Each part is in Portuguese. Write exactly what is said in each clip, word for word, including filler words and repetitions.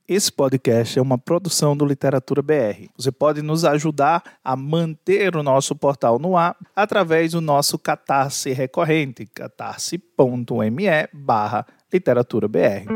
Esse podcast é uma produção do Literatura B R. Você pode nos ajudar a manter o nosso portal no ar através do nosso Catarse recorrente, catarse.me barra literatura BR.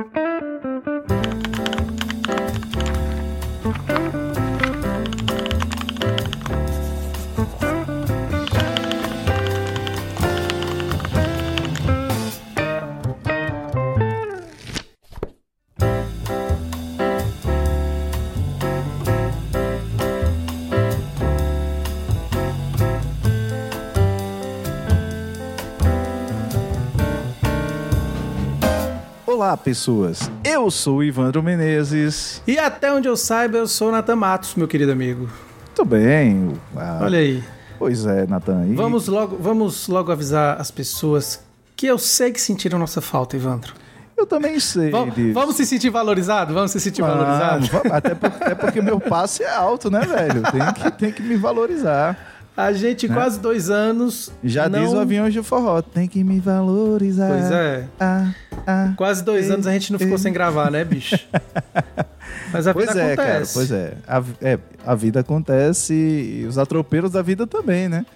Olá, pessoas. Eu sou o Ivandro Menezes. E até onde eu saiba, eu sou o Natan Matos, meu querido amigo. Muito bem. Ah, Olha aí. Pois é, Natan. E... Vamos logo, vamos logo avisar as pessoas que eu sei que sentiram nossa falta, Ivandro. Eu também sei vamos, disso. Vamos se sentir valorizado? Vamos se sentir vamos, valorizado? Até, por, até porque meu passe é alto, né, velho? Tem que, tem que me valorizar. A gente, né? Quase dois anos... Já não... diz o avião de forró, tem que me valorizar. Pois é. Ah, ah, quase dois ei, anos a gente não ficou ei. sem gravar, né, bicho? Mas a pois vida é, acontece. Cara, pois é. A, é. A vida acontece e os atropelos da vida também, né?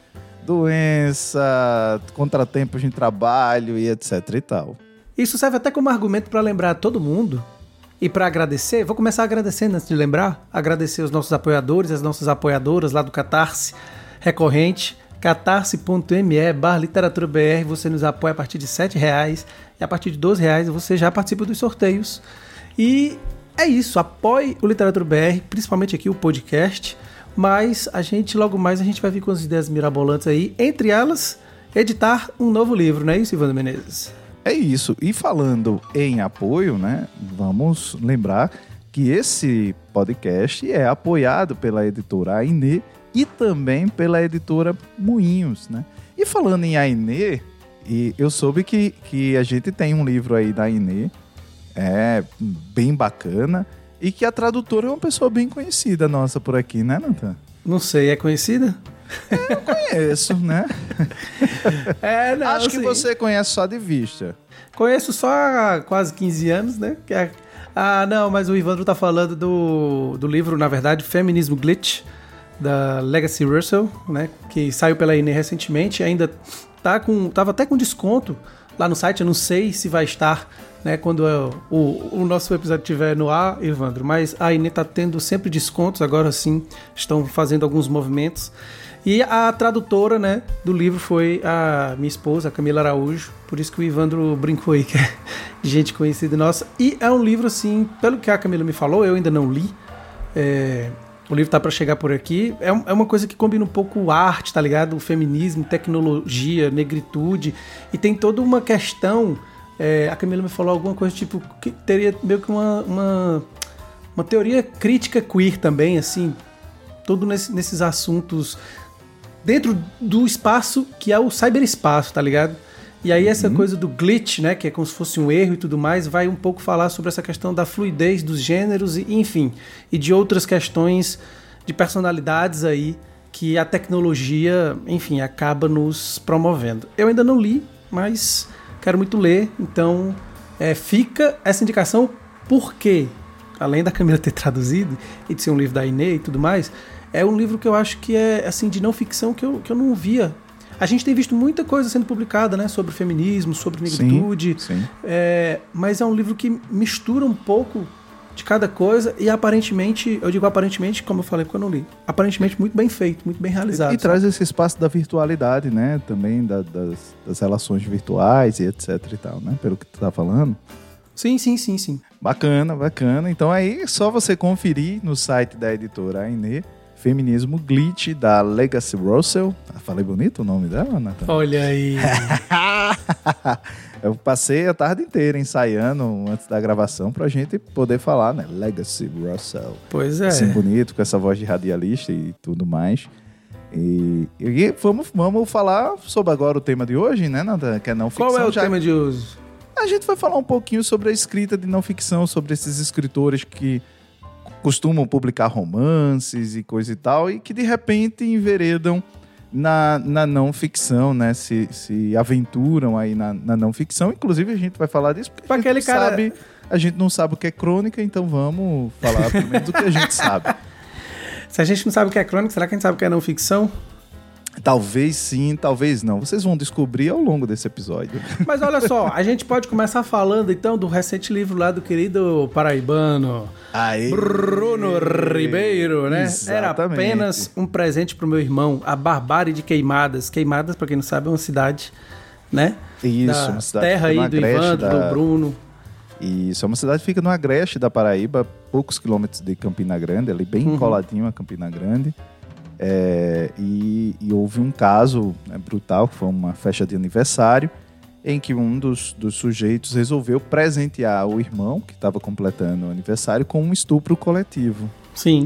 Doença, contratempos de trabalho e etc e tal. Isso serve até como argumento para lembrar todo mundo e para agradecer. Vou começar agradecendo antes de lembrar. Agradecer os nossos apoiadores, as nossas apoiadoras lá do Catarse recorrente, catarse.me barra literatura BR. Você nos apoia a partir de sete reais e a partir de doze reais você já participa dos sorteios. E é isso, apoie o Literatura B R, principalmente aqui o podcast, mas a gente, logo mais, a gente vai vir com as ideias mirabolantes aí, entre elas, editar um novo livro, não é isso, Ivandro Menezes? É isso, e falando em apoio, né, vamos lembrar que esse podcast é apoiado pela editora Ainê e também pela editora Moinhos, né? E falando em Ainê, e eu soube que, que a gente tem um livro aí da Ainê, é bem bacana, e que a tradutora é uma pessoa bem conhecida nossa por aqui, né, Natan? Não sei, é conhecida? É, eu conheço, né? É, não, Acho que sim. você conhece só de vista. Conheço só há quase quinze anos, né? Que é... Ah, não, mas o Ivandro tá falando do, do livro, na verdade, Feminismo Glitch, da Legacy Russell, né, que saiu pela Ainê recentemente, ainda tá com, tava até com desconto lá no site, eu não sei se vai estar, né, quando é, o, o nosso episódio estiver no ar, Evandro, mas a Ainê tá tendo sempre descontos, agora sim, estão fazendo alguns movimentos, e a tradutora, né, do livro foi a minha esposa, a Camila Araújo, por isso que o Evandro brincou aí, que é de gente conhecida nossa, e é um livro, assim, pelo que a Camila me falou, eu ainda não li, é... O livro tá para chegar por aqui. É, é uma coisa que combina um pouco arte, tá ligado? O feminismo, tecnologia, negritude. E tem toda uma questão... É, a Camila me falou alguma coisa tipo... que teria meio que uma, uma, uma teoria crítica queer também, assim. Tudo nesse, nesses assuntos... Dentro do espaço que é o cyberespaço, tá ligado? E aí essa uhum. coisa do glitch, né? Que é como se fosse um erro e tudo mais, vai um pouco falar sobre essa questão da fluidez dos gêneros, e, enfim, e de outras questões de personalidades aí que a tecnologia, enfim, acaba nos promovendo. Eu ainda não li, mas quero muito ler, então é, fica essa indicação, porque, além da Camila ter traduzido e de ser um livro da Ainê e tudo mais, é um livro que eu acho que é, assim, de não ficção que eu, que eu não via. A gente tem visto muita coisa sendo publicada, né, sobre feminismo, sobre negritude, sim, sim. É, mas é um livro que mistura um pouco de cada coisa e aparentemente, eu digo aparentemente, como eu falei porque eu não li, aparentemente muito bem feito, muito bem realizado. E, e traz esse espaço da virtualidade, né, também da, das, das relações virtuais e etc e tal, né, pelo que tu tá falando. Sim, sim, sim, sim. Bacana, bacana. Então aí é só você conferir no site da editora Ainê, Feminismo Glitch, da Legacy Russell. Falei bonito o nome dela, Natan? Olha aí. Eu passei a tarde inteira ensaiando antes da gravação pra gente poder falar, né? Legacy Russell. Pois é. Assim bonito, com essa voz de radialista e tudo mais. E, e vamos, vamos falar sobre agora o tema de hoje, né, Natan? Que é não ficção. Qual é o já... tema de hoje? A gente vai falar um pouquinho sobre a escrita de não ficção, sobre esses escritores que costumam publicar romances e coisa e tal, e que de repente enveredam na, na não ficção, né? Se, se aventuram aí na, na não ficção. Inclusive a gente vai falar disso porque pra a gente aquele cara... sabe A gente não sabe o que é crônica, então vamos falar pelo menos do que a gente sabe. Se a gente não sabe o que é crônica, será que a gente sabe o que é não ficção? Talvez sim, talvez não. Vocês vão descobrir ao longo desse episódio. Mas olha só, a gente pode começar falando então do recente livro lá do querido paraibano Aê. Bruno Ribeiro, né? Exatamente. Era apenas um presente pro meu irmão, A Barbárie de Queimadas. Queimadas, pra quem não sabe, é uma cidade, né? Isso, da uma cidade terra aí do Ivandro, da... do Bruno. Isso, é uma cidade que fica no agreste da Paraíba, poucos quilômetros de Campina Grande, ali bem uhum. coladinho a Campina Grande. É, e, e houve um caso, né, brutal, que foi uma festa de aniversário, em que um dos, dos sujeitos resolveu presentear o irmão, que estava completando o aniversário, com um estupro coletivo. Sim.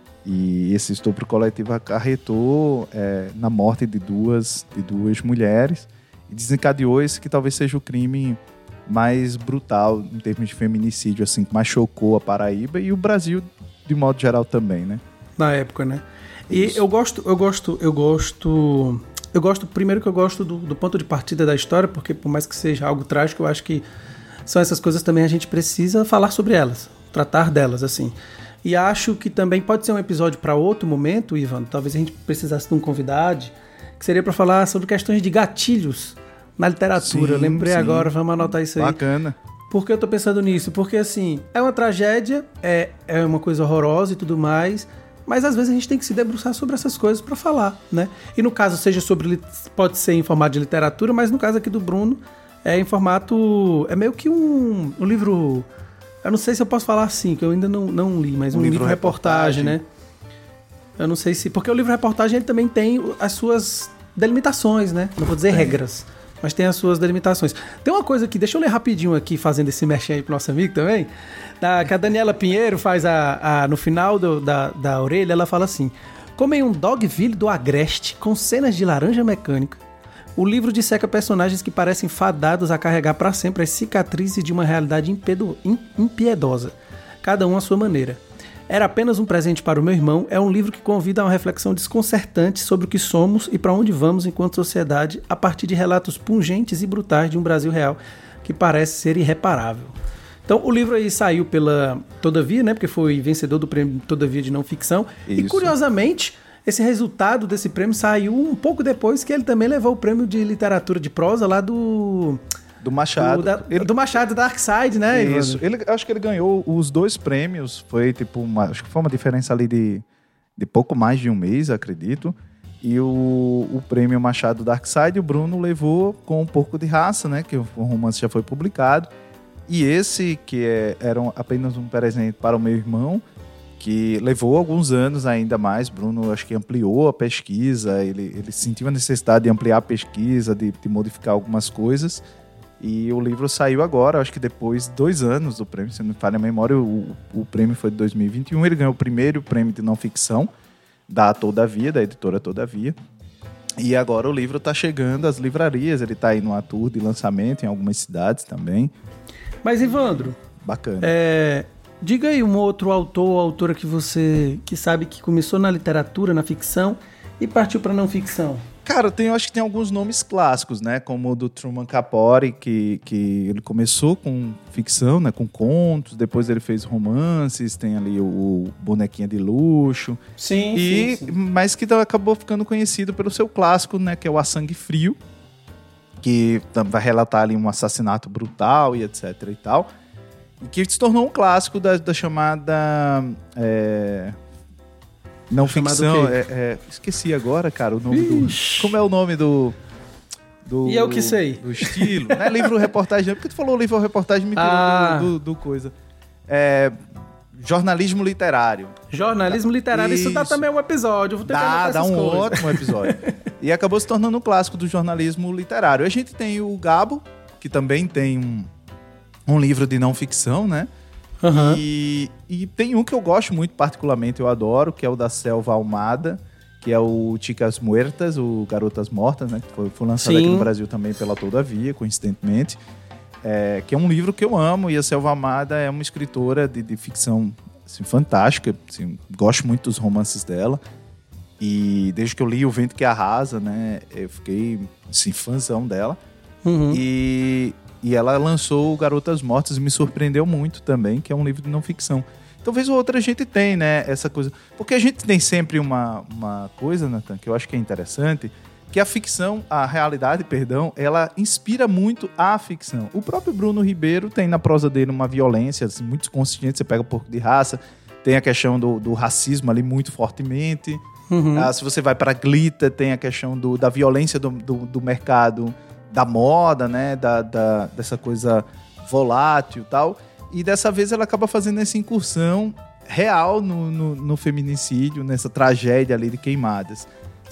E esse estupro coletivo acarretou é, na morte de duas, de duas mulheres e desencadeou esse que talvez seja o crime mais brutal em termos de feminicídio, assim, que mais chocou a Paraíba e o Brasil de modo geral também, né? Na época, né? E Isso. eu gosto, eu gosto, eu gosto... Eu gosto, primeiro que eu gosto do, do ponto de partida da história, porque por mais que seja algo trágico, eu acho que são essas coisas também a gente precisa falar sobre elas, tratar delas, assim. E acho que também pode ser um episódio para outro momento, Ivan, talvez a gente precisasse de um convidado, que seria para falar sobre questões de gatilhos na literatura. Sim, Lembrei sim. agora, vamos anotar isso aí. Bacana. Por que eu tô pensando nisso? Porque, assim, é uma tragédia, é, é uma coisa horrorosa e tudo mais... Mas às vezes a gente tem que se debruçar sobre essas coisas para falar, né? E no caso, seja sobre... Pode ser em formato de literatura, mas no caso aqui do Bruno, é em formato... É meio que um, um livro... Eu não sei se eu posso falar assim, que eu ainda não, não li, mas um, um livro, livro reportagem, né? Eu não sei se... Porque o livro reportagem ele também tem as suas delimitações, né? Não vou dizer é. regras, mas tem as suas delimitações. Tem uma coisa que... Deixa eu ler rapidinho aqui, fazendo esse mexer aí pro nosso amigo também... Da, que a Daniela Pinheiro faz a, a, no final do, da, da orelha, ela fala assim: como em um Dogville do Agreste, com cenas de laranja mecânica, o livro disseca personagens que parecem fadados a carregar para sempre as cicatrizes de uma realidade impedo, impiedosa, cada um à sua maneira. Era apenas um presente para o meu irmão, é um livro que convida a uma reflexão desconcertante sobre o que somos e para onde vamos enquanto sociedade, a partir de relatos pungentes e brutais de um Brasil real que parece ser irreparável. Então, o livro aí saiu pela Todavia, né? Porque foi vencedor do prêmio Todavia de não ficção. Isso. E, curiosamente, esse resultado desse prêmio saiu um pouco depois que ele também levou o prêmio de literatura de prosa lá do... Do Machado. Do, da, ele... do Machado, Dark Side, né, Isso. Ele, acho que ele ganhou os dois prêmios. Foi, tipo, uma, acho que foi uma diferença ali de, de pouco mais de um mês, acredito. E o, o prêmio Machado Dark Side, o Bruno levou com Um Pouco de Raça, né? Que o romance já foi publicado. E esse, que é, era apenas um presente para o meu irmão, que levou alguns anos ainda mais. Bruno, acho que ampliou a pesquisa, ele, ele sentiu a necessidade de ampliar a pesquisa, de, de modificar algumas coisas. E o livro saiu agora, acho que depois de dois anos do prêmio, se não me falha a memória, o, o prêmio foi de dois mil e vinte e um. Ele ganhou o primeiro prêmio de não ficção da Todavia, da editora Todavia. E agora o livro está chegando às livrarias, ele está aí numa tour de lançamento em algumas cidades também. Mas, Ivandro... Bacana. É, diga aí um outro autor ou autora que você que sabe que começou na literatura, na ficção, e partiu para não ficção. Cara, tem, eu acho que tem alguns nomes clássicos, né? Como o do Truman Capote, que, que ele começou com ficção, né? Com contos, depois ele fez romances, tem ali o Bonequinha de Luxo. Sim, e, sim, sim. Mas que acabou ficando conhecido pelo seu clássico, né? Que é o A Sangue Frio, que vai relatar ali um assassinato brutal e etc e tal, e que se tornou um clássico da, da chamada é, não ficção, é, é, esqueci agora, cara, o nome Ixi. do... Como é o nome do... do e eu que sei. Do estilo, não é livro reportagem, porque tu falou livro reportagem, me tirou ah. do, do, do coisa. É... Jornalismo literário. Jornalismo literário, isso, isso dá também um episódio. Vou dá dá um coisas. ótimo episódio. E acabou se tornando um clássico do jornalismo literário. A gente tem o Gabo, que também tem um, um livro de não ficção, né? Uhum. E, e tem um que eu gosto muito, particularmente, eu adoro, que é o da Selva Almada, que é o Chicas Muertas, o Garotas Mortas, né? Que foi, foi lançado Sim. aqui no Brasil também pela Todavia, coincidentemente. É, que é um livro que eu amo, e a Selva Amada é uma escritora de, de ficção assim, fantástica, assim, gosto muito dos romances dela, e desde que eu li O Vento que Arrasa, né, eu fiquei assim, fãzão dela. Uhum. E, e ela lançou Garotas Mortas e me surpreendeu muito também, que é um livro de não ficção. Então, vez ou outra, a gente tem, né, essa coisa. Porque a gente tem sempre uma, uma coisa, Nathan, que eu acho que é interessante, que a ficção, a realidade, perdão, ela inspira muito a ficção. O próprio Bruno Ribeiro tem na prosa dele uma violência assim, muito consistente, você pega Porco de Raça, tem a questão do, do racismo ali muito fortemente. Uhum. Ah, se você vai para Glitter, tem a questão do, da violência do, do, do mercado da moda, né, da, da, dessa coisa volátil e tal. E dessa vez ela acaba fazendo essa incursão real no, no, no feminicídio, nessa tragédia ali de Queimadas.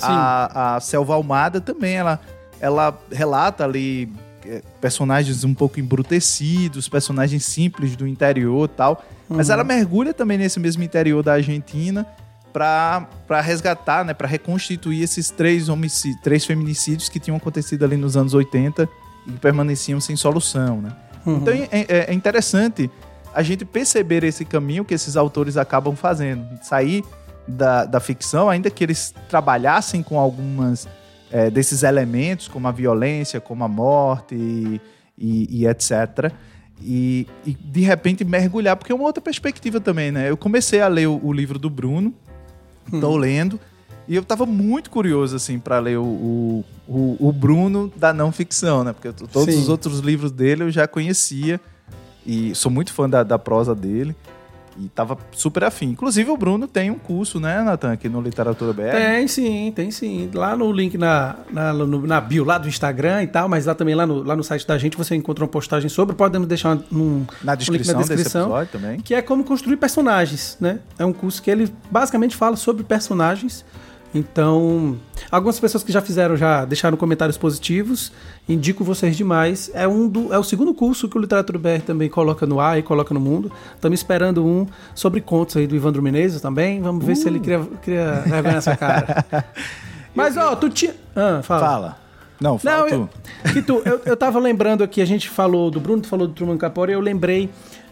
A, a Selva Almada também, ela, ela relata ali é, personagens um pouco embrutecidos, personagens simples do interior e tal. Uhum. Mas ela mergulha também nesse mesmo interior da Argentina para resgatar, né, para reconstituir esses três, homicídios, três feminicídios que tinham acontecido ali nos anos oitenta e que permaneciam sem solução, né? Uhum. Então é, é, é interessante a gente perceber esse caminho que esses autores acabam fazendo. Sair da, da ficção, ainda que eles trabalhassem com algumas é, desses elementos, como a violência, como a morte e, e, e etcétera. E, e de repente mergulhar, porque é uma outra perspectiva também, né? Eu comecei a ler o, o livro do Bruno, estou hum. lendo, e eu estava muito curioso, assim, para ler o, o, o Bruno da não ficção, né? Porque todos Sim. os outros livros dele eu já conhecia, e sou muito fã da, da prosa dele, e estava super afim. Inclusive, o Bruno tem um curso, né, Nathan, aqui no Literatura B R? Tem sim, tem sim. Lá no link na, na, no, na bio lá do Instagram e tal, mas lá também, lá no, lá no site da gente, você encontra uma postagem sobre, podemos deixar um, na descrição, um link na descrição desse episódio também. Que é como construir personagens, né? É um curso que ele basicamente fala sobre personagens. Então, algumas pessoas que já fizeram, já deixaram comentários positivos, indico vocês demais. É, um do, é o segundo curso que o Literatura B R também coloca no ar e coloca no mundo. Estamos esperando um sobre contos aí do Ivandro Menezes também. Vamos ver uh. se ele cria, cria vergonha nessa cara. Mas, ó, tu tinha... Ah, fala. Fala. Não, fala Não, tu. Eu, que tu. Eu, eu tava lembrando aqui, a gente falou do Bruno, tu falou do Truman Capote, e eu lembrei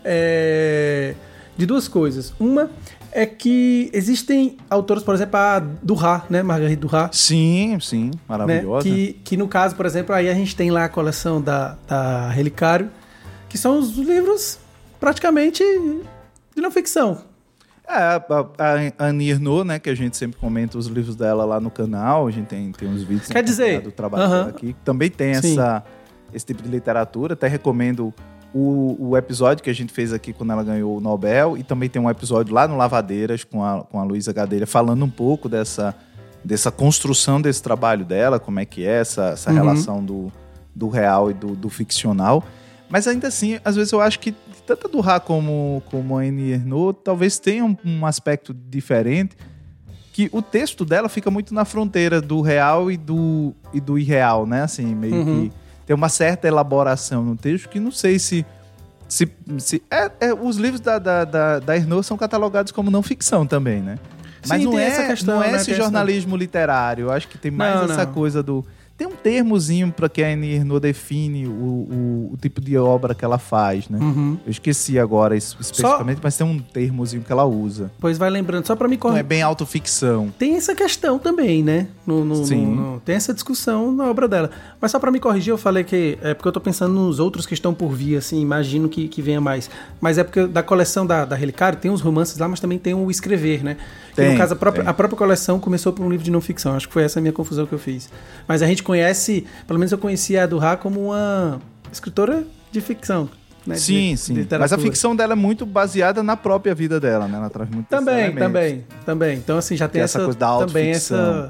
é, de duas coisas. Uma... é que existem autores, por exemplo, a Duras, né? Marguerite Duras. Sim, sim, maravilhosa. Né? Que, que no caso, por exemplo, aí a gente tem lá a coleção da, da Relicário, que são os livros praticamente de não ficção. É, a, a, a Annie Ernaux, né? Que a gente sempre comenta os livros dela lá no canal, a gente tem, tem uns vídeos Quer dizer, do trabalho uh-huh. dela aqui. Também tem essa, esse tipo de literatura, até recomendo... O, o episódio que a gente fez aqui quando ela ganhou o Nobel, e também tem um episódio lá no Lavadeiras com a, com a Luísa Gadelha falando um pouco dessa, dessa construção desse trabalho dela, como é que é essa, essa uhum. relação do, do real e do, do ficcional. Mas ainda assim, às vezes eu acho que tanto a Duras como, como a Annie Ernaux talvez tenham um, um aspecto diferente, que o texto dela fica muito na fronteira do real e do, e do irreal, né? Assim, meio uhum. que tem uma certa elaboração no texto que não sei se... se, se é, é, os livros da, da, da, da Ernaux são catalogados como não ficção também, né? Mas Sim, não, é, essa questão, não é né, esse jornalismo essa... literário. Eu acho que tem mais não, essa não. coisa do... Tem um termozinho para que a Annie Ernaux define o, o, o tipo de obra que ela faz, né? Uhum. Eu esqueci agora isso especificamente, só... mas tem um termozinho que ela usa. Pois vai lembrando, só para me corrigir. Não é bem autoficção. Tem essa questão também, né? No, no, Sim. No, no, tem essa discussão na obra dela. Mas só para me corrigir, eu falei que... É porque eu tô pensando nos outros que estão por vir, assim, imagino que, que venha mais. Mas é porque da coleção da, da Relicário tem os romances lá, mas também tem o escrever, né? Que tem, no caso, a própria, a própria coleção começou por um livro de não ficção. Acho que foi essa a minha confusão que eu fiz. Mas a gente conhece, pelo menos eu conhecia a Duras como uma escritora de ficção. Né? Sim, de, sim. De Mas a ficção dela é muito baseada na própria vida dela, né? Ela traz muito Também, também, também. Então, assim, já tem, tem essa, essa coisa da também essa.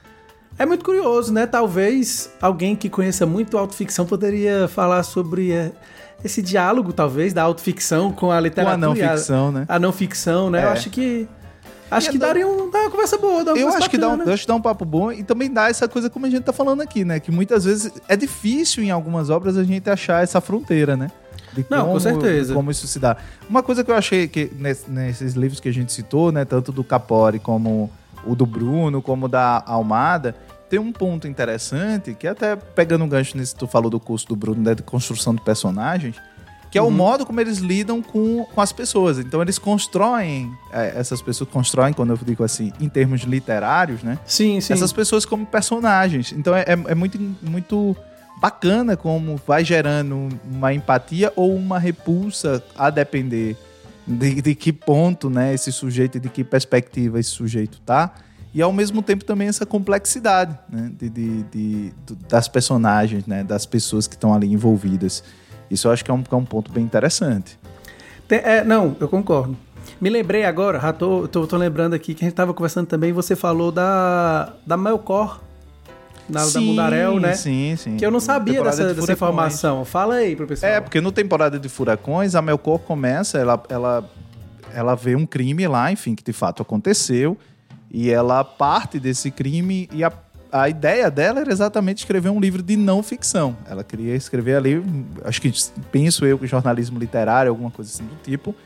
É muito curioso, né? Talvez alguém que conheça muito autoficção poderia falar sobre esse diálogo, talvez, da autoficção com a literatura. Com a não ficção, né? A não ficção, né? É. Eu acho que. Acho que daria um, dá uma conversa boa. Dá uma eu, conversa acho que dá um, né? eu acho que dá um papo bom e também dá essa coisa como a gente tá falando aqui, né? Que muitas vezes é difícil em algumas obras a gente achar essa fronteira, né? De Não, como, com certeza. Como isso se dá. Uma coisa que eu achei que nesses livros que a gente citou, né? Tanto do Capori como o do Bruno, como da Almada, tem um ponto interessante que até pegando um gancho nesse que tu falou do curso do Bruno, né, de construção de personagens, que é o uhum. modo como eles lidam com, com as pessoas. Então, eles constroem, é, essas pessoas constroem, quando eu digo assim, em termos literários, né? Sim, sim. Essas pessoas como personagens. Então, é, é muito, muito, bacana como vai gerando uma empatia ou uma repulsa, a depender de, de que ponto, né, esse sujeito, de que perspectiva esse sujeito tá. E ao mesmo tempo também essa complexidade, né, de, de, de, de, das personagens, né, das pessoas que estão ali envolvidas. Isso eu acho que é um, é um ponto bem interessante. Tem, é, não, eu concordo. Me lembrei agora, já tô, tô, tô lembrando aqui que a gente tava conversando também, você falou da, da Melkor, na, sim, da Mundarel, né? Sim, sim. Que eu não sabia dessa, de dessa informação. Fala aí pro pessoal. É, porque no Temporada de Furacões, a Melkor começa, ela, ela, ela vê um crime lá, enfim, que de fato aconteceu, e ela parte desse crime, e a, a ideia dela era exatamente escrever um livro de não ficção. Ela queria escrever ali, acho que penso eu, que jornalismo literário, alguma coisa assim do tipo,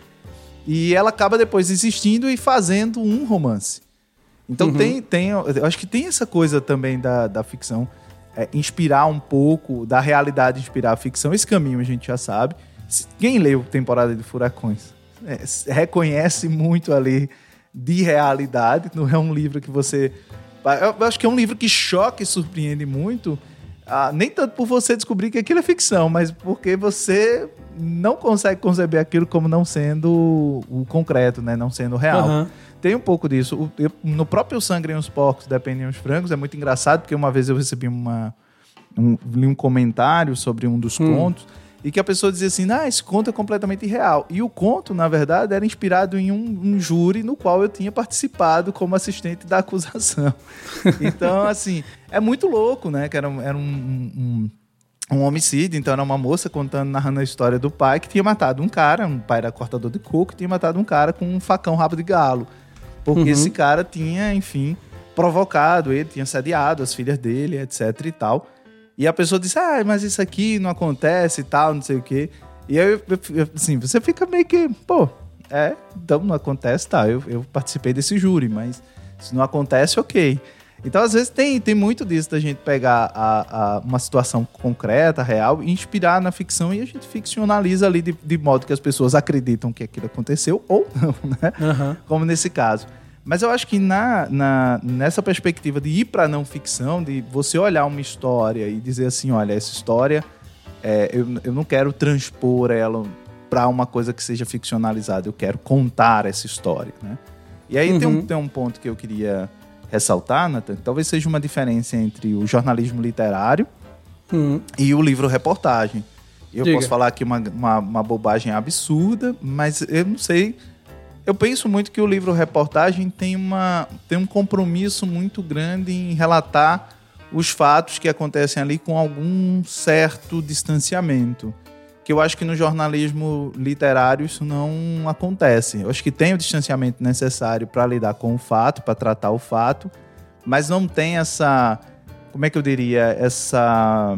e ela acaba depois desistindo e fazendo um romance. Então, uhum. tem, tem, eu acho que tem essa coisa também da, da ficção, é, inspirar um pouco, da realidade inspirar a ficção. Esse caminho a gente já sabe. Quem leu Temporada de Furacões é, reconhece muito ali de realidade. Não é um livro que você... Eu acho que é um livro que choca e surpreende muito, ah, nem tanto por você descobrir que aquilo é ficção, mas porque você não consegue conceber aquilo como não sendo o concreto, né? Não sendo real. Uhum. Tem um pouco disso. Eu, no próprio Sangue e os Porcos, Dependem os Frangos, é muito engraçado, porque uma vez eu recebi uma, um, li um comentário sobre um dos hum. contos, e que a pessoa dizia assim, ah, esse conto é completamente irreal. E o conto, na verdade, era inspirado em um, um júri no qual eu tinha participado como assistente da acusação. Então, assim, é muito louco, né? Que era, era um, um, um homicídio, então era uma moça contando, narrando a história do pai que tinha matado um cara, um pai era cortador de coco, tinha matado um cara com um facão rabo de galo. Porque uhum. esse cara tinha, enfim, provocado ele, tinha sediado as filhas dele, etc e tal. E a pessoa disse, ah, mas isso aqui não acontece e tal, não sei o quê. E aí, assim, você fica meio que, pô, é, então não acontece, tá, eu, eu participei desse júri, mas se não acontece, ok. Então, às vezes, tem, tem muito disso da gente pegar a, a, uma situação concreta, real, e inspirar na ficção, e a gente ficcionaliza ali de, de modo que as pessoas acreditam que aquilo aconteceu, ou não, né? Uhum. Como nesse caso. Mas eu acho que na, na, nessa perspectiva de ir para não ficção, de você olhar uma história e dizer assim, olha, essa história, é, eu, eu não quero transpor ela para uma coisa que seja ficcionalizada, eu quero contar essa história, né? E aí uhum. tem, um, tem um ponto que eu queria ressaltar, Nathan, que talvez seja uma diferença entre o jornalismo literário uhum. e o livro-reportagem. Eu Diga. posso falar aqui uma, uma, uma bobagem absurda, mas eu não sei... Eu penso muito que o livro-reportagem tem, uma, tem um compromisso muito grande em relatar os fatos que acontecem ali com algum certo distanciamento. Que eu acho que no jornalismo literário isso não acontece. Eu acho que tem o distanciamento necessário para lidar com o fato, para tratar o fato, mas não tem essa, como é que eu diria, essa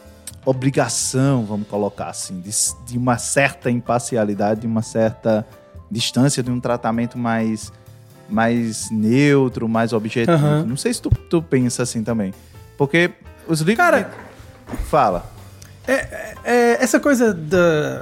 obrigação, vamos colocar assim, de, de uma certa imparcialidade, de uma certa... distância, de um tratamento mais, mais neutro, mais objetivo. Uhum. Não sei se tu, tu pensa assim também. Porque os livros... Cara... De... Fala. É, é, é, essa coisa da,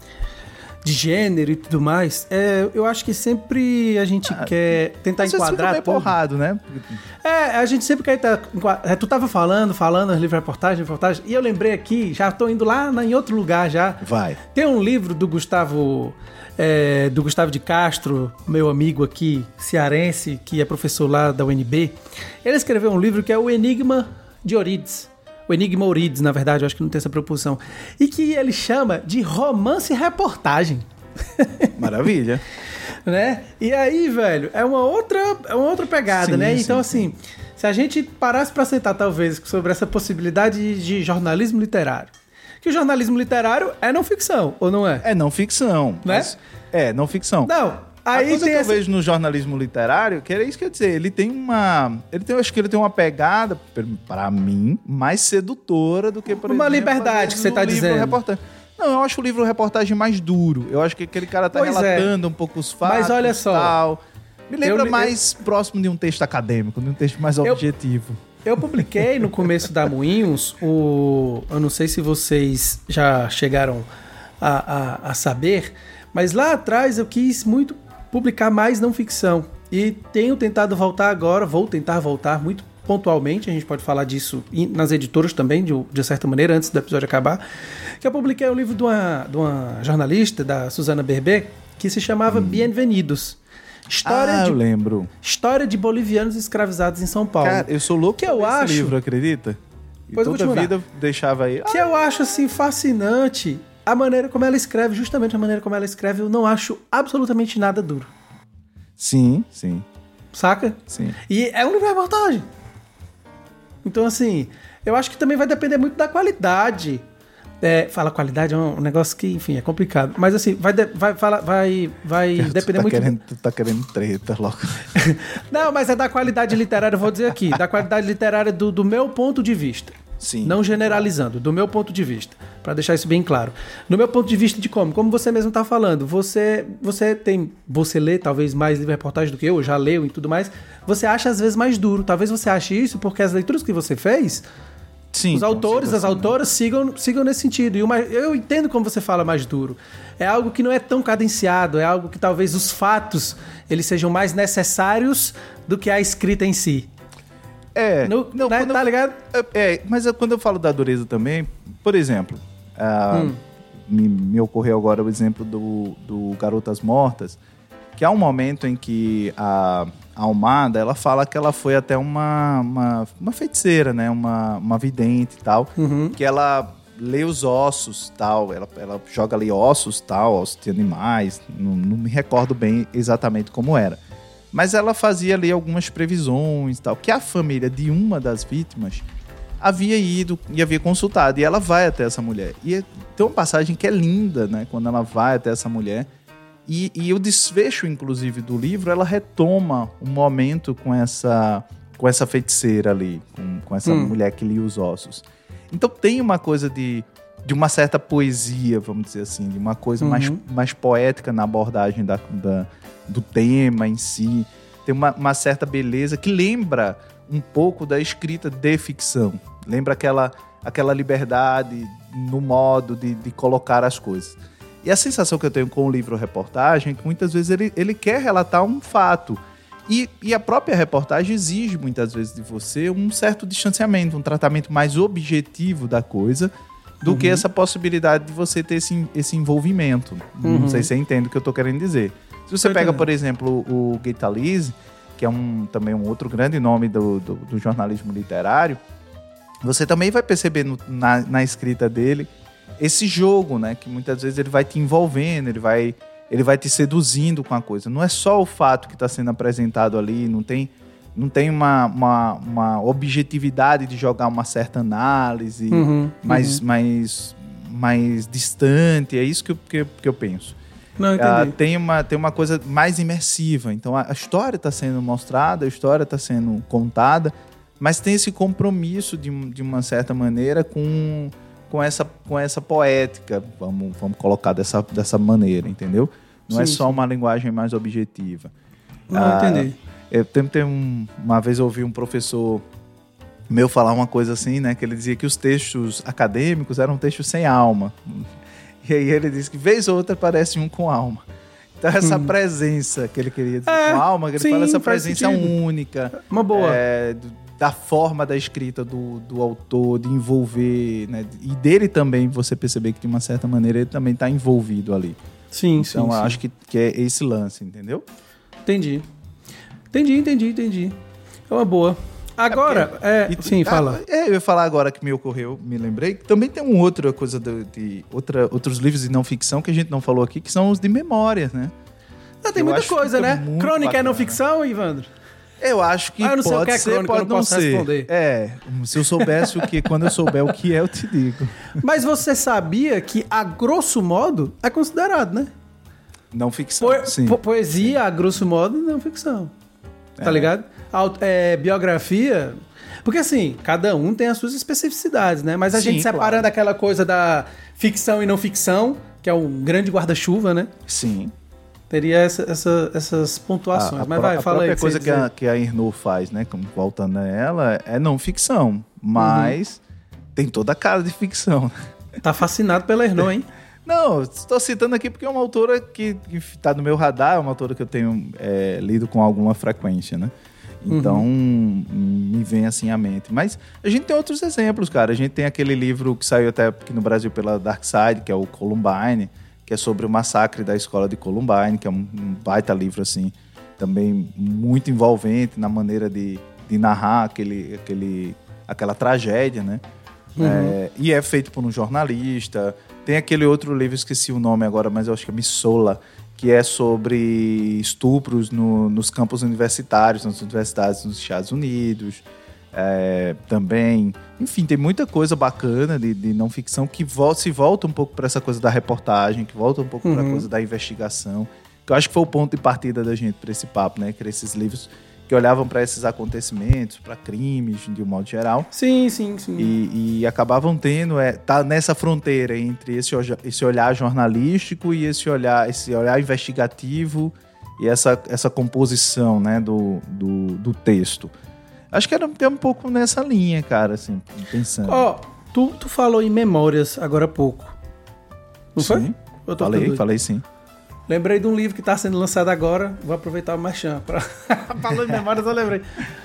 de gênero e tudo mais, é, eu acho que sempre a gente ah, quer tentar enquadrar tudo. Porrado, né? É, a gente sempre quer tentar... Tu tava falando, falando, livro reportagem, reportagem, e eu lembrei aqui, já tô indo lá em outro lugar já. Vai. Tem um livro do Gustavo... É, do Gustavo de Castro, meu amigo aqui, cearense, que é professor lá da U N B. Ele escreveu um livro que é O Enigma de Ourides. O Enigma Ourides, na verdade, eu acho que não tem essa proposição. E que ele chama de romance-reportagem. Maravilha. Né? E aí, velho, é uma outra, é uma outra pegada, sim, né? Então, sim, assim, sim. se a gente parasse para sentar, talvez, sobre essa possibilidade de jornalismo literário, que o jornalismo literário é não ficção, ou não é? É não ficção. Né? Mas é não ficção. Não, aí a coisa tem que essa... eu vejo no jornalismo literário, que era isso que eu ia dizer, ele tem uma... Ele tem, eu acho que ele tem uma pegada, para mim, mais sedutora do que, por uma exemplo... Uma liberdade que você tá dizendo. Reportagem. Não, eu acho o livro-reportagem mais duro. Eu acho que aquele cara tá pois relatando é. um pouco os fatos. Mas olha só... Tal. Me lembra eu, mais eu... próximo de um texto acadêmico, de um texto mais objetivo. Eu... Eu publiquei no começo da Moinhos, o, eu não sei se vocês já chegaram a, a, a saber, mas lá atrás eu quis muito publicar mais não ficção. E tenho tentado voltar agora, vou tentar voltar muito pontualmente, a gente pode falar disso nas editoras também, de, de certa maneira, antes do episódio acabar, que eu publiquei um livro de uma, de uma jornalista, da Susana Berber, que se chamava hum. Bienvenidos. História ah, de, eu lembro. História de bolivianos escravizados em São Paulo. Cara, eu sou louco que eu acho, esse livro, acredita? E pois toda a vida deixava aí. Que ah. eu acho, assim, fascinante a maneira como ela escreve, justamente a maneira como ela escreve, eu não acho absolutamente nada duro. Sim, sim. Saca? Sim. E é um livro de reportagem. Então, assim, eu acho que também vai depender muito da qualidade. É, fala qualidade é um negócio que, enfim, é complicado. Mas, assim, vai, de, vai, fala, vai, vai tu depender tá muito... Querendo, tu tá querendo treta logo. Não, mas é da qualidade literária, eu vou dizer aqui. Da qualidade literária do, do meu ponto de vista. Sim. Não generalizando, do meu ponto de vista. Pra deixar isso bem claro. No meu ponto de vista de como? Como você mesmo tá falando, você, você tem... Você lê talvez mais livro-reportagem do que eu, já leu e tudo mais. Você acha às vezes mais duro. Talvez você ache isso porque as leituras que você fez... Sim, os autores, as assim, autoras sigam, sigam nesse sentido. E uma, eu entendo como você fala mais duro. É algo que não é tão cadenciado, é algo que talvez os fatos eles sejam mais necessários do que a escrita em si. É, no, não, né, tá eu, ligado? É, é, mas eu, quando eu falo da dureza também, por exemplo, ah, hum. me, me ocorreu agora o exemplo do, do Garotas Mortas, que há um momento em que a... A Almada, ela fala que ela foi até uma, uma, uma feiticeira, né? Uma, uma vidente e tal. Uhum. Que ela lê os ossos tal. Ela, ela joga ali ossos tal, ossos de animais. Não, não me recordo bem exatamente como era. Mas ela fazia ali algumas previsões tal. Que a família de uma das vítimas havia ido e havia consultado. E ela vai até essa mulher. E tem uma passagem que é linda, né? Quando ela vai até essa mulher... E, e o desfecho, inclusive, do livro, ela retoma um momento com essa, com essa feiticeira ali, com, com essa hum. mulher que lia os ossos. Então tem uma coisa de, de uma certa poesia, vamos dizer assim, de uma coisa uhum. mais, mais poética na abordagem da, da, do tema em si. Tem uma, uma certa beleza que lembra um pouco da escrita de ficção. Lembra aquela, aquela liberdade no modo de, de colocar as coisas. E a sensação que eu tenho com o livro-reportagem é que muitas vezes ele, ele quer relatar um fato. E, e a própria reportagem exige muitas vezes de você um certo distanciamento, um tratamento mais objetivo da coisa do uhum. que essa possibilidade de você ter esse, esse envolvimento. Uhum. Não sei se você entende o que eu estou querendo dizer. Se você eu pega, entendo. por exemplo, o Guitalise, que é um, também um outro grande nome do, do, do jornalismo literário, você também vai perceber no, na, na escrita dele esse jogo, né? Que muitas vezes ele vai te envolvendo, ele vai, ele vai te seduzindo com a coisa. Não é só o fato que está sendo apresentado ali, não tem, não tem uma, uma, uma objetividade de jogar uma certa análise uhum, mais, uhum. mais, mais distante. É isso que eu, que, que eu penso. Não, entendi. Ah, tem, uma, tem uma coisa mais imersiva. Então a, a história está sendo mostrada, a história está sendo contada, mas tem esse compromisso de, de uma certa maneira com... Com essa, com essa poética, vamos, vamos colocar dessa, dessa maneira, entendeu? Não sim, é só sim. uma linguagem mais objetiva. Não, ah, entendi. Eu tem, tem um, uma vez eu ouvi um professor meu falar uma coisa assim, né? Que ele dizia que os textos acadêmicos eram textos sem alma. E aí ele disse que vez ou outra parece um com alma. Então essa hum. presença que ele queria dizer é, com alma, que ele sim, fala essa presença sentido. única. Uma boa. É, da forma da escrita do, do autor, de envolver, né? E dele também, você perceber que de uma certa maneira ele também está envolvido ali. Sim, então, sim. Então, sim. acho que, que é esse lance, entendeu? Entendi. Entendi, entendi, entendi. É uma boa. Agora, é, porque, é, e, sim, ah, fala. É, eu ia falar agora que me ocorreu, me lembrei. Também tem uma outra coisa de, de outra, outros livros de não ficção que a gente não falou aqui, que são os de memórias, né? Ah, tem eu muita coisa, né? Crônica bacana. É não ficção, Evandro? Eu acho que ah, eu pode que é ser, crônica, pode não, não ser. Responder. É, se eu soubesse o que, quando eu souber o que é, eu te digo. Mas você sabia que, a grosso modo, é considerado, né? Não ficção, po- sim. Po- poesia, sim. a grosso modo, não ficção. Tá é. ligado? É, biografia... Porque, assim, cada um tem as suas especificidades, né? Mas a sim, gente separando claro. aquela coisa da ficção e não ficção, que é um grande guarda-chuva, né? Sim. Teria essa, essa, essas pontuações. A, a mas pro, vai, fala aí. A própria coisa que a, que a Irnu faz, né? Voltando a ela, é não ficção. Mas uhum. tem toda a cara de ficção. Tá fascinado pela Irnu, hein? Não, estou citando aqui porque é uma autora que está no meu radar, é uma autora que eu tenho é, lido com alguma frequência, né? Então, uhum. me vem assim à mente. Mas a gente tem outros exemplos, cara. A gente tem aquele livro que saiu até aqui no Brasil pela Dark Side, que é o Columbine, que é sobre o massacre da escola de Columbine, que é um, um baita livro, assim, também muito envolvente na maneira de, de narrar aquele, aquele, aquela tragédia, né? Uhum. É, e é feito por um jornalista. Tem aquele outro livro, esqueci o nome agora, mas eu acho que é Missoula, que é sobre estupros no, nos campos universitários, nas universidades nos Estados Unidos. É, também, enfim, tem muita coisa bacana de, de não ficção que volta, se volta um pouco para essa coisa da reportagem, que volta um pouco uhum. para a coisa da investigação, que eu acho que foi o ponto de partida da gente para esse papo, né? Que esses livros que olhavam para esses acontecimentos, para crimes de um modo geral. Sim, sim, sim. E, e acabavam tendo, é, tá nessa fronteira entre esse, esse olhar jornalístico e esse olhar, esse olhar investigativo e essa, essa composição, né, do, do, do texto. Acho que era é um pouco nessa linha, cara, assim, pensando. Ó, oh, tu, tu falou em Memórias agora há pouco. Não sim, foi? Eu tô falei, falei sim. Lembrei de um livro que está sendo lançado agora. Vou aproveitar o merchan. Pra... Falou em Memórias, eu lembrei.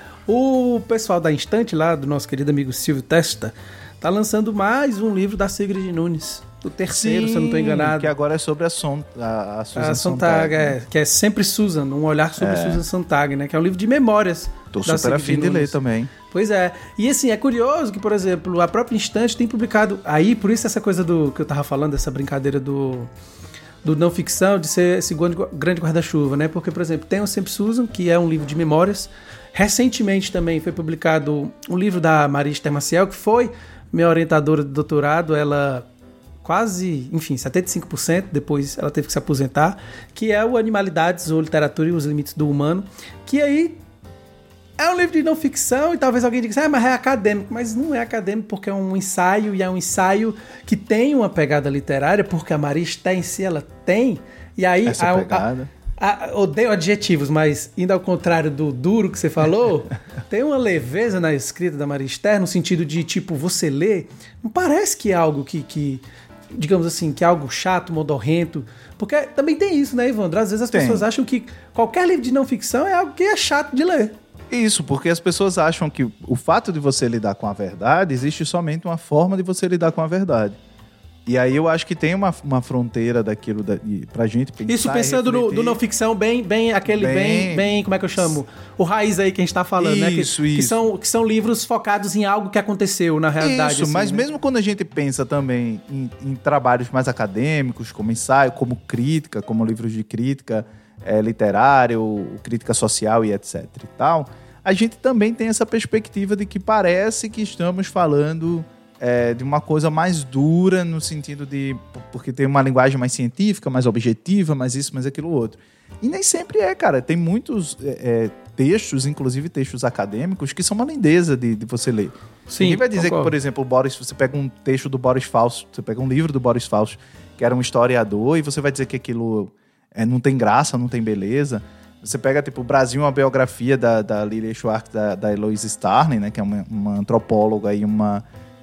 O pessoal da Instante, lá, do nosso querido amigo Silvio Testa, tá lançando mais um livro da Sigrid Nunes. O terceiro, sim, se eu não estou enganado. Que agora é sobre a, Son, a, a Susan a Sontag. É, que é Sempre Susan, um olhar sobre é. Susan Sontag, né? Que é um livro de memórias. Tô super afim de ler também. Pois é. E assim, é curioso que, por exemplo, a própria Instante tem publicado... Aí, por isso essa coisa do que eu tava falando, essa brincadeira do... do não ficção, de ser esse grande guarda-chuva, né? Porque, por exemplo, tem o Sempre Susan, que é um livro de memórias. Recentemente também foi publicado um livro da Maria Esther Maciel, que foi minha orientadora de doutorado. Ela quase, enfim, setenta e cinco por cento, depois ela teve que se aposentar, que é o Animalidades, ou Literatura e os Limites do Humano, que aí é um livro de não ficção, e talvez alguém diga assim, ah, mas é acadêmico. Mas não é acadêmico porque é um ensaio, e é um ensaio que tem uma pegada literária, porque a Maria Esther em si, ela tem. E aí, essa a, pegada. A, a, odeio adjetivos, mas indo ao contrário do duro que você falou, tem uma leveza na escrita da Maria Esther, no sentido de, tipo, você lê, não parece que é algo que, que digamos assim, que é algo chato, modorrento. Porque também tem isso, né, Evandro? Às vezes as tem. pessoas acham que qualquer livro de não ficção é algo que é chato de ler. Isso, porque as pessoas acham que o fato de você lidar com a verdade, existe somente uma forma de você lidar com a verdade. E aí eu acho que tem uma, uma fronteira daquilo da, pra gente pensar. Isso pensando no, no não ficção, bem, bem aquele, bem, bem, bem, como é que eu chamo? O raiz aí que a gente tá falando, isso, né? Que, isso. Que são, que são livros focados em algo que aconteceu na realidade. Isso, assim, mas né? mesmo quando a gente pensa também em, em trabalhos mais acadêmicos, como ensaio, como crítica, como livros de crítica é, literário, crítica social e etc e tal, a gente também tem essa perspectiva de que parece que estamos falando é, de uma coisa mais dura, no sentido de... porque tem uma linguagem mais científica, mais objetiva, mais isso, mais aquilo outro. E nem sempre é, cara. Tem muitos é, textos, inclusive textos acadêmicos, que são uma lindeza de, de você ler. Sim, ninguém vai dizer concordo. que, por exemplo, o Boris, você pega um texto do Boris Fausto, você pega um livro do Boris Fausto, que era um historiador, e você vai dizer que aquilo é, não tem graça, não tem beleza. Você pega, tipo, o Brasil, uma biografia da, da Lilia Schwartz, da, da Eloise Starling, né, que é uma, uma antropóloga e uma,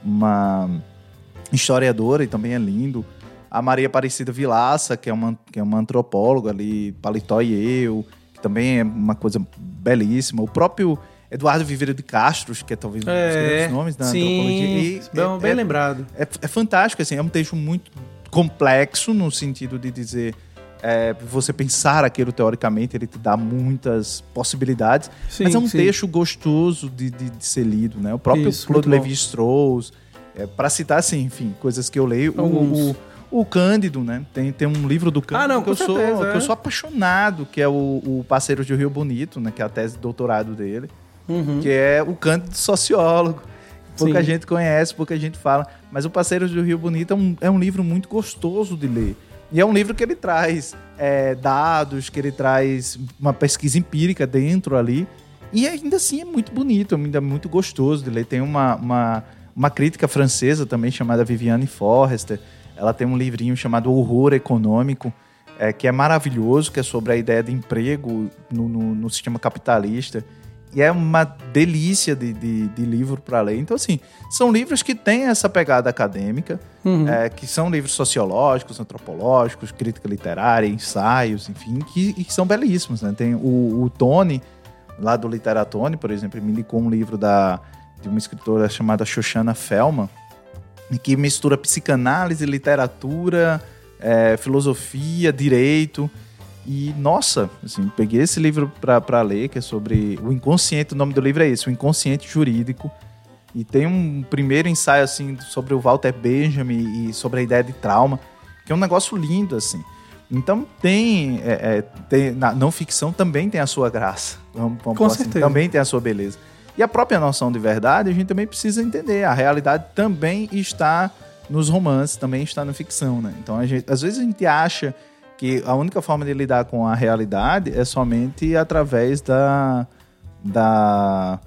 uma historiadora, e também é lindo. A Maria Aparecida Vilaça, que é uma, que é uma antropóloga ali, Paletó e Eu, que também é uma coisa belíssima. O próprio Eduardo Viveiro de Castro, que é talvez um dos é, grandes nomes da sim, antropologia. E bem, é, bem é, lembrado. É, é fantástico, assim, é um texto muito complexo, no sentido de dizer... É, você pensar aquilo teoricamente, ele te dá muitas possibilidades, sim, mas é um sim. texto gostoso de, de, de ser lido, né? O próprio Isso, Claude Lévi-Strauss, é, para citar assim, enfim, coisas que eu leio, o, o, o Cândido, né? Tem, tem um livro do Cândido ah, não, que, eu certeza, sou, é. que eu sou apaixonado, que é o, o Parceiros de Rio Bonito, né? Que é a tese de doutorado dele, uhum. que é o Cândido sociólogo. Pouca sim. gente conhece, pouca gente fala, mas o Parceiros do Rio Bonito é um, é um livro muito gostoso de ler. E é um livro que ele traz é, dados, que ele traz uma pesquisa empírica dentro ali. E ainda assim é muito bonito, ainda é muito gostoso de ler. Tem uma, uma, uma crítica francesa também chamada Viviane Forrester. Ela tem um livrinho chamado Horror Econômico, é, que é maravilhoso, que é sobre a ideia de emprego no, no, no sistema capitalista. E é uma delícia de, de, de livro para ler. Então, assim, são livros que têm essa pegada acadêmica, uhum. é, que são livros sociológicos, antropológicos, crítica literária, ensaios, enfim, que, que são belíssimos, né? Tem o, o Tony, lá do Literatone, por exemplo, me indicou um livro da, de uma escritora chamada Shoshana Feldman, que mistura psicanálise, literatura, é, filosofia, direito. E, nossa, assim, peguei esse livro para ler, que é sobre o inconsciente. O nome do livro é esse, O Inconsciente Jurídico. E tem um primeiro ensaio assim, sobre o Walter Benjamin e sobre a ideia de trauma, que é um negócio lindo, assim. Então, tem, é, é, tem na não ficção também tem a sua graça. Vamos, vamos Com assim, certeza. também tem a sua beleza. E a própria noção de verdade, a gente também precisa entender. A realidade também está nos romances, também está na ficção, né? Então, a gente, às vezes a gente acha que a única forma de lidar com a realidade é somente através da, da,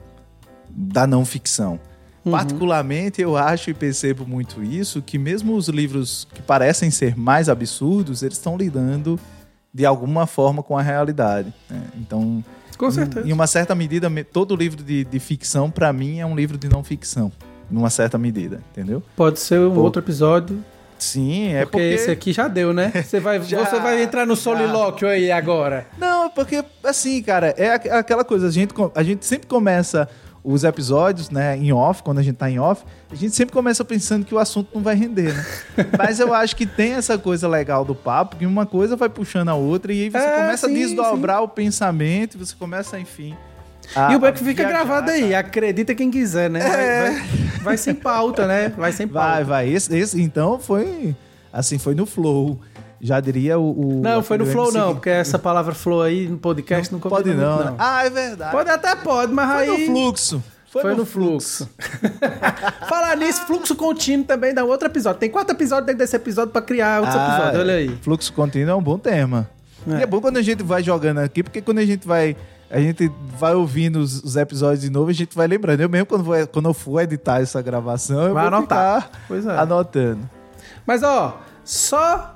da não ficção. Uhum. Particularmente, eu acho e percebo muito isso, que mesmo os livros que parecem ser mais absurdos, eles estão lidando de alguma forma com a realidade, né? Então, com certeza. Em uma certa medida, todo livro de, de ficção, para mim, é um livro de não ficção. Numa certa medida, entendeu? Pode ser um Pô. outro episódio. Sim, é porque... porque... esse aqui já deu, né? Você vai, já, você vai entrar no solilóquio já. Aí agora. Não, porque, assim, cara, é aquela coisa, a gente, a gente sempre começa os episódios, né, em off, quando a gente tá em off, a gente sempre começa pensando que o assunto não vai render, né? Mas eu acho que tem essa coisa legal do papo, que uma coisa vai puxando a outra, e aí você é, começa sim, a desdobrar sim. o pensamento, e você começa, enfim... A, e o Beck fica gravado aí, cara. Acredita quem quiser, né? Vai, é. vai, vai sem pauta, né? Vai sem pauta. Vai, vai. Esse, esse, então foi, assim, foi no flow. Já diria o... o não, foi no flow M C não, porque essa palavra flow aí no podcast não, não pode não, muito, não. Ah, é verdade. Pode até pode, mas foi aí... Foi no fluxo. Foi, foi no, no fluxo. fluxo. Falar nisso, fluxo contínuo também dá outro episódio. Tem quatro episódios dentro desse episódio pra criar outros ah, episódios, olha aí. Fluxo contínuo é um bom tema. É. E é bom quando a gente vai jogando aqui, porque quando a gente vai... A gente vai ouvindo os, os episódios de novo e a gente vai lembrando. Eu mesmo, quando, vou, quando eu for editar essa gravação, eu vai vou anotar. ficar pois é. anotando. Mas, ó, só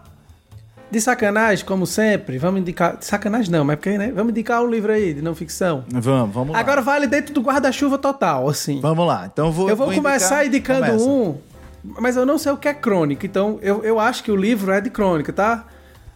de sacanagem, como sempre, vamos indicar... De sacanagem não, mas porque, né? Vamos indicar um livro aí de não ficção. Vamos, vamos lá. Agora vale dentro do guarda-chuva total, assim. Vamos lá. Então vou Eu vou, vou começar indicar... indicando Começa. um, mas eu não sei o que é crônica. Então, eu, eu acho que o livro é de crônica, tá?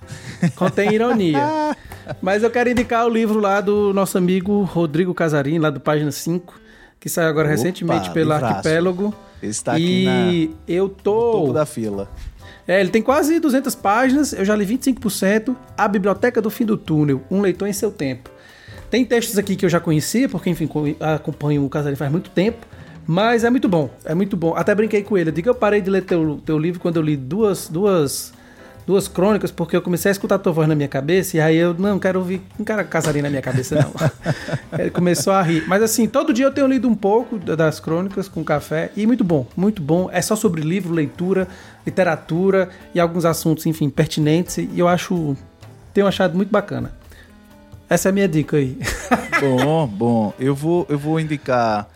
Contém ironia. Mas eu quero indicar o livro lá do nosso amigo Rodrigo Casarim, lá do Página cinco, que saiu agora Opa, recentemente pelo livraço. Arquipélago. Está aqui e na... eu tô... no topo da fila. É, ele tem quase duzentas páginas, eu já li vinte e cinco por cento. A Biblioteca do Fim do Túnel, um leitor em seu tempo. Tem textos aqui que eu já conhecia, porque, enfim, acompanho o Casarim faz muito tempo. Mas é muito bom, é muito bom. Até brinquei com ele. Eu digo que eu parei de ler teu, teu livro quando eu li duas... duas duas crônicas, porque eu comecei a escutar a tua voz na minha cabeça, e aí eu não quero ouvir um cara Casarim na minha cabeça, não. Ele começou a rir. Mas assim, todo dia eu tenho lido um pouco das crônicas com café, e muito bom, muito bom. É só sobre livro, leitura, literatura e alguns assuntos, enfim, pertinentes, e eu acho, tenho achado muito bacana. Essa é a minha dica aí. Bom, bom. Eu vou, eu vou indicar...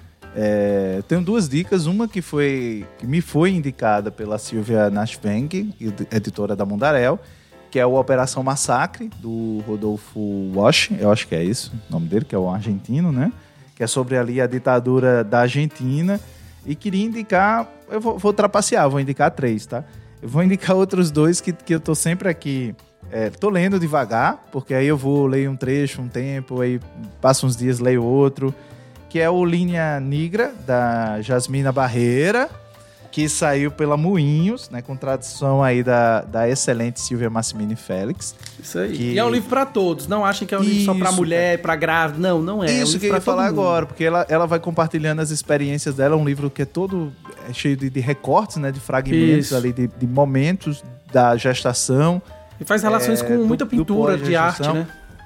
É, tenho duas dicas, uma que foi que me foi indicada pela Silvia Nashveng, editora da Mundarel, que é o Operação Massacre, do Rodolfo Walsh, eu acho que é isso o nome dele, que é o argentino, né? Que é sobre ali a ditadura da Argentina. E queria indicar, eu vou, vou trapacear, vou indicar três, tá? Eu vou indicar outros dois que, que eu tô sempre aqui, é, tô lendo devagar, porque aí eu vou, leio um trecho, um tempo, aí passo uns dias, leio outro, que é o Linha Negra, da Jasmina Barreira, que saiu pela Moinhos, né, com tradução aí da, da excelente Silvia Massimini Félix. Isso aí. Que... E é um livro para todos, não achem que é um livro só para mulher, para grávida, não, não é. Isso é um que eu ia falar agora, porque ela, ela vai compartilhando as experiências dela, é um livro que é todo é cheio de, de recortes, né, de fragmentos Isso. ali, de, de momentos da gestação. E faz relações é, com muita do, pintura, do de arte, né?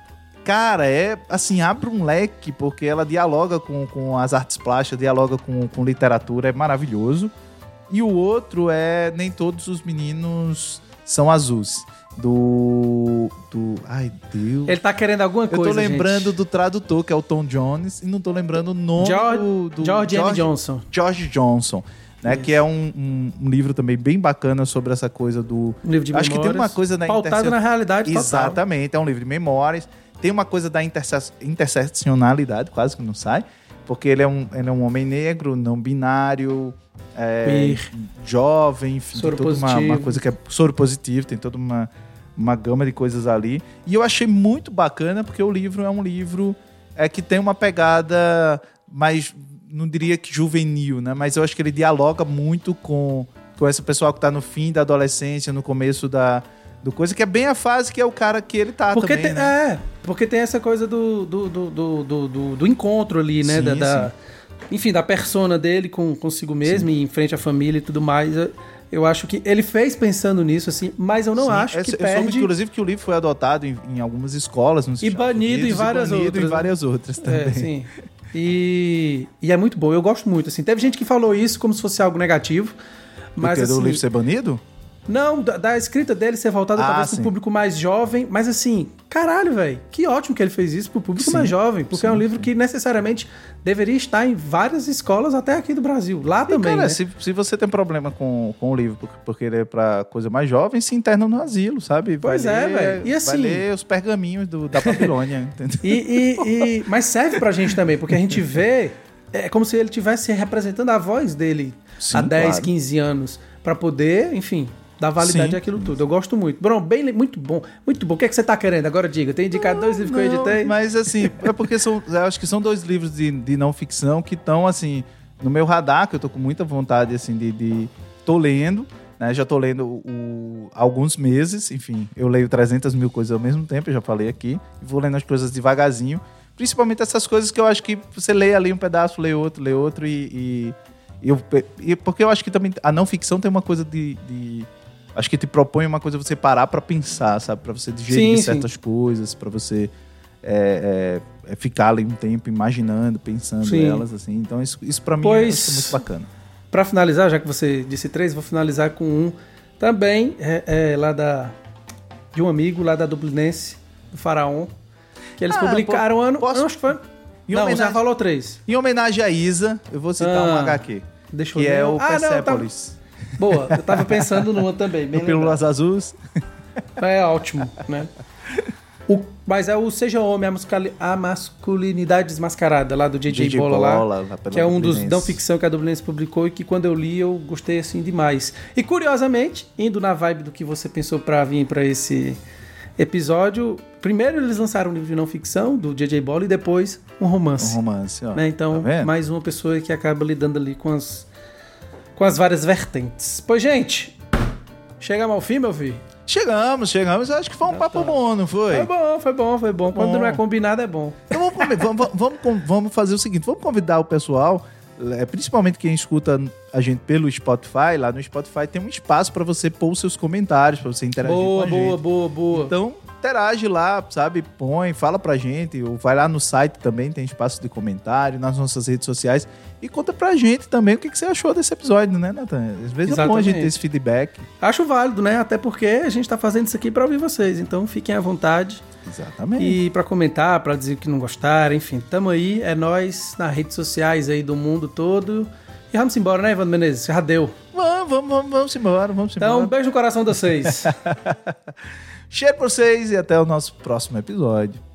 Cara, é assim, abre um leque, porque ela dialoga com, com as artes plásticas, dialoga com, com literatura, é maravilhoso. E o outro é Nem Todos os Meninos São Azuis, do... do ai, Deus... Ele tá querendo alguma coisa, Eu tô lembrando gente. do tradutor, que é o Tom Jones, e não tô lembrando o nome George, do... do George, George M. Johnson. George Johnson. Né, que é um, um, um livro também bem bacana sobre essa coisa do... Um livro de Acho memórias. que tem uma coisa da... Pautado interse... na realidade total. Exatamente, é um livro de memórias. Tem uma coisa da interse... interseccionalidade, quase que não sai, porque ele é um, ele é um homem negro, não binário, é, jovem, enfim, soro tem toda uma, uma coisa que é soro positivo, tem toda uma, uma gama de coisas ali. E eu achei muito bacana, porque o livro é um livro é que tem uma pegada mais, não diria que juvenil, né? Mas eu acho que ele dialoga muito com, com esse pessoal que tá no fim da adolescência, no começo da do coisa, que é bem a fase que é o cara que ele tá porque também, tem, né? É, porque tem essa coisa do, do, do, do, do, do, do encontro ali, né? Sim, da, da, sim. enfim, da persona dele com, consigo mesmo sim. e em frente à família e tudo mais. Eu, eu acho que ele fez pensando nisso, assim, mas eu não sim, acho que eu perde... Eu soube, inclusive, que o livro foi adotado em, em algumas escolas nos e banido Unidos, em várias e banido outras. em várias né? outras também. É, sim. E, e é muito bom, eu gosto muito, assim. Teve gente que falou isso como se fosse algo negativo, mas Porque assim... do livro ser banido? Não, da, da escrita dele ser voltada ah, talvez sim. pro público mais jovem, mas assim, caralho, velho, que ótimo que ele fez isso pro público sim, mais jovem, porque sim, é um livro sim. que necessariamente deveria estar em várias escolas até aqui do Brasil, lá e, também, cara, né? se, se você tem problema com, com o livro, porque, porque ele é pra coisa mais jovem, se interna no asilo, sabe? Vai pois ler, é, velho. E assim... Vai ler os pergaminhos do, da Babilônia, entendeu? E, e, e, mas serve pra gente também, porque a gente vê, é como se ele estivesse representando a voz dele sim, há dez, claro. quinze anos, pra poder, enfim... dar validade Sim. àquilo tudo. Eu gosto muito. Bom, bem, muito bom. Muito bom. O que é que você tá querendo? Agora diga. Tem indicado dois livros não, que eu editei? Mas assim, é porque são, eu acho que são dois livros de, de não ficção que estão assim, no meu radar, que eu tô com muita vontade assim de... de tô lendo, né? Já tô lendo o, alguns meses, enfim, eu leio trezentas mil coisas ao mesmo tempo, eu já falei aqui, e vou lendo as coisas devagarzinho, principalmente essas coisas que eu acho que você lê ali um pedaço, lê outro, lê outro e... e, eu, e porque eu acho que também a não ficção tem uma coisa de... de acho que te propõe uma coisa você parar pra pensar, sabe? Pra você digerir sim, certas sim. coisas, pra você é, é, ficar ali um tempo imaginando, pensando sim. elas, assim. Então isso, isso pra mim pois, é muito bacana. Pra finalizar, já que você disse três, vou finalizar com um também é, é, lá da de um amigo lá da Dublinense, do Faraon, que eles ah, publicaram pô, ano... Posso... Não, acho que foi... Não, homenagem, já falou três. Em homenagem a Isa, eu vou citar ah, um H Q. Deixa eu que ver. é o ah, Persepolis. Não, tá... Boa, eu tava pensando numa também. Bem Pílulas Azuis. É ótimo, né? O, mas é o Seja Homem, a, masculi, a Masculinidade Desmascarada, lá do J J Bola, lá, lá que é um dos não ficção que a Dublinense publicou e que quando eu li eu gostei assim demais. E curiosamente, indo na vibe do que você pensou pra vir pra esse episódio, primeiro eles lançaram um livro de não ficção do J J Bola e depois um romance. Um romance, ó. Né? Então, tá mais uma pessoa que acaba lidando ali com as... com as várias vertentes. Pois, gente, chegamos ao fim, meu filho? Chegamos, chegamos. Eu acho que foi um Já papo tá. bom, não foi? Foi bom, foi bom, foi bom. Quando bom. não é combinado, é bom. Então vamos, vamos, vamos, vamos fazer o seguinte, vamos convidar o pessoal, principalmente quem escuta a gente pelo Spotify. Lá no Spotify tem um espaço para você pôr os seus comentários, para você interagir boa, com a boa, gente. Boa, boa, boa. Então, interage lá, sabe? Põe, fala pra gente, ou vai lá no site também, tem espaço de comentário, nas nossas redes sociais, e conta pra gente também o que você achou desse episódio, né, Nathan? Às vezes Exatamente. é bom a gente ter esse feedback. Acho válido, né? Até porque a gente tá fazendo isso aqui pra ouvir vocês, então fiquem à vontade. Exatamente. E pra comentar, pra dizer que não gostaram, enfim, tamo aí, é nós nas redes sociais aí do mundo todo. E vamos embora, né, Evandro Menezes? Já deu. Vamos, vamos, vamos, vamos embora, vamos embora. Então, um beijo no coração de vocês. Cheiro pra vocês e até o nosso próximo episódio.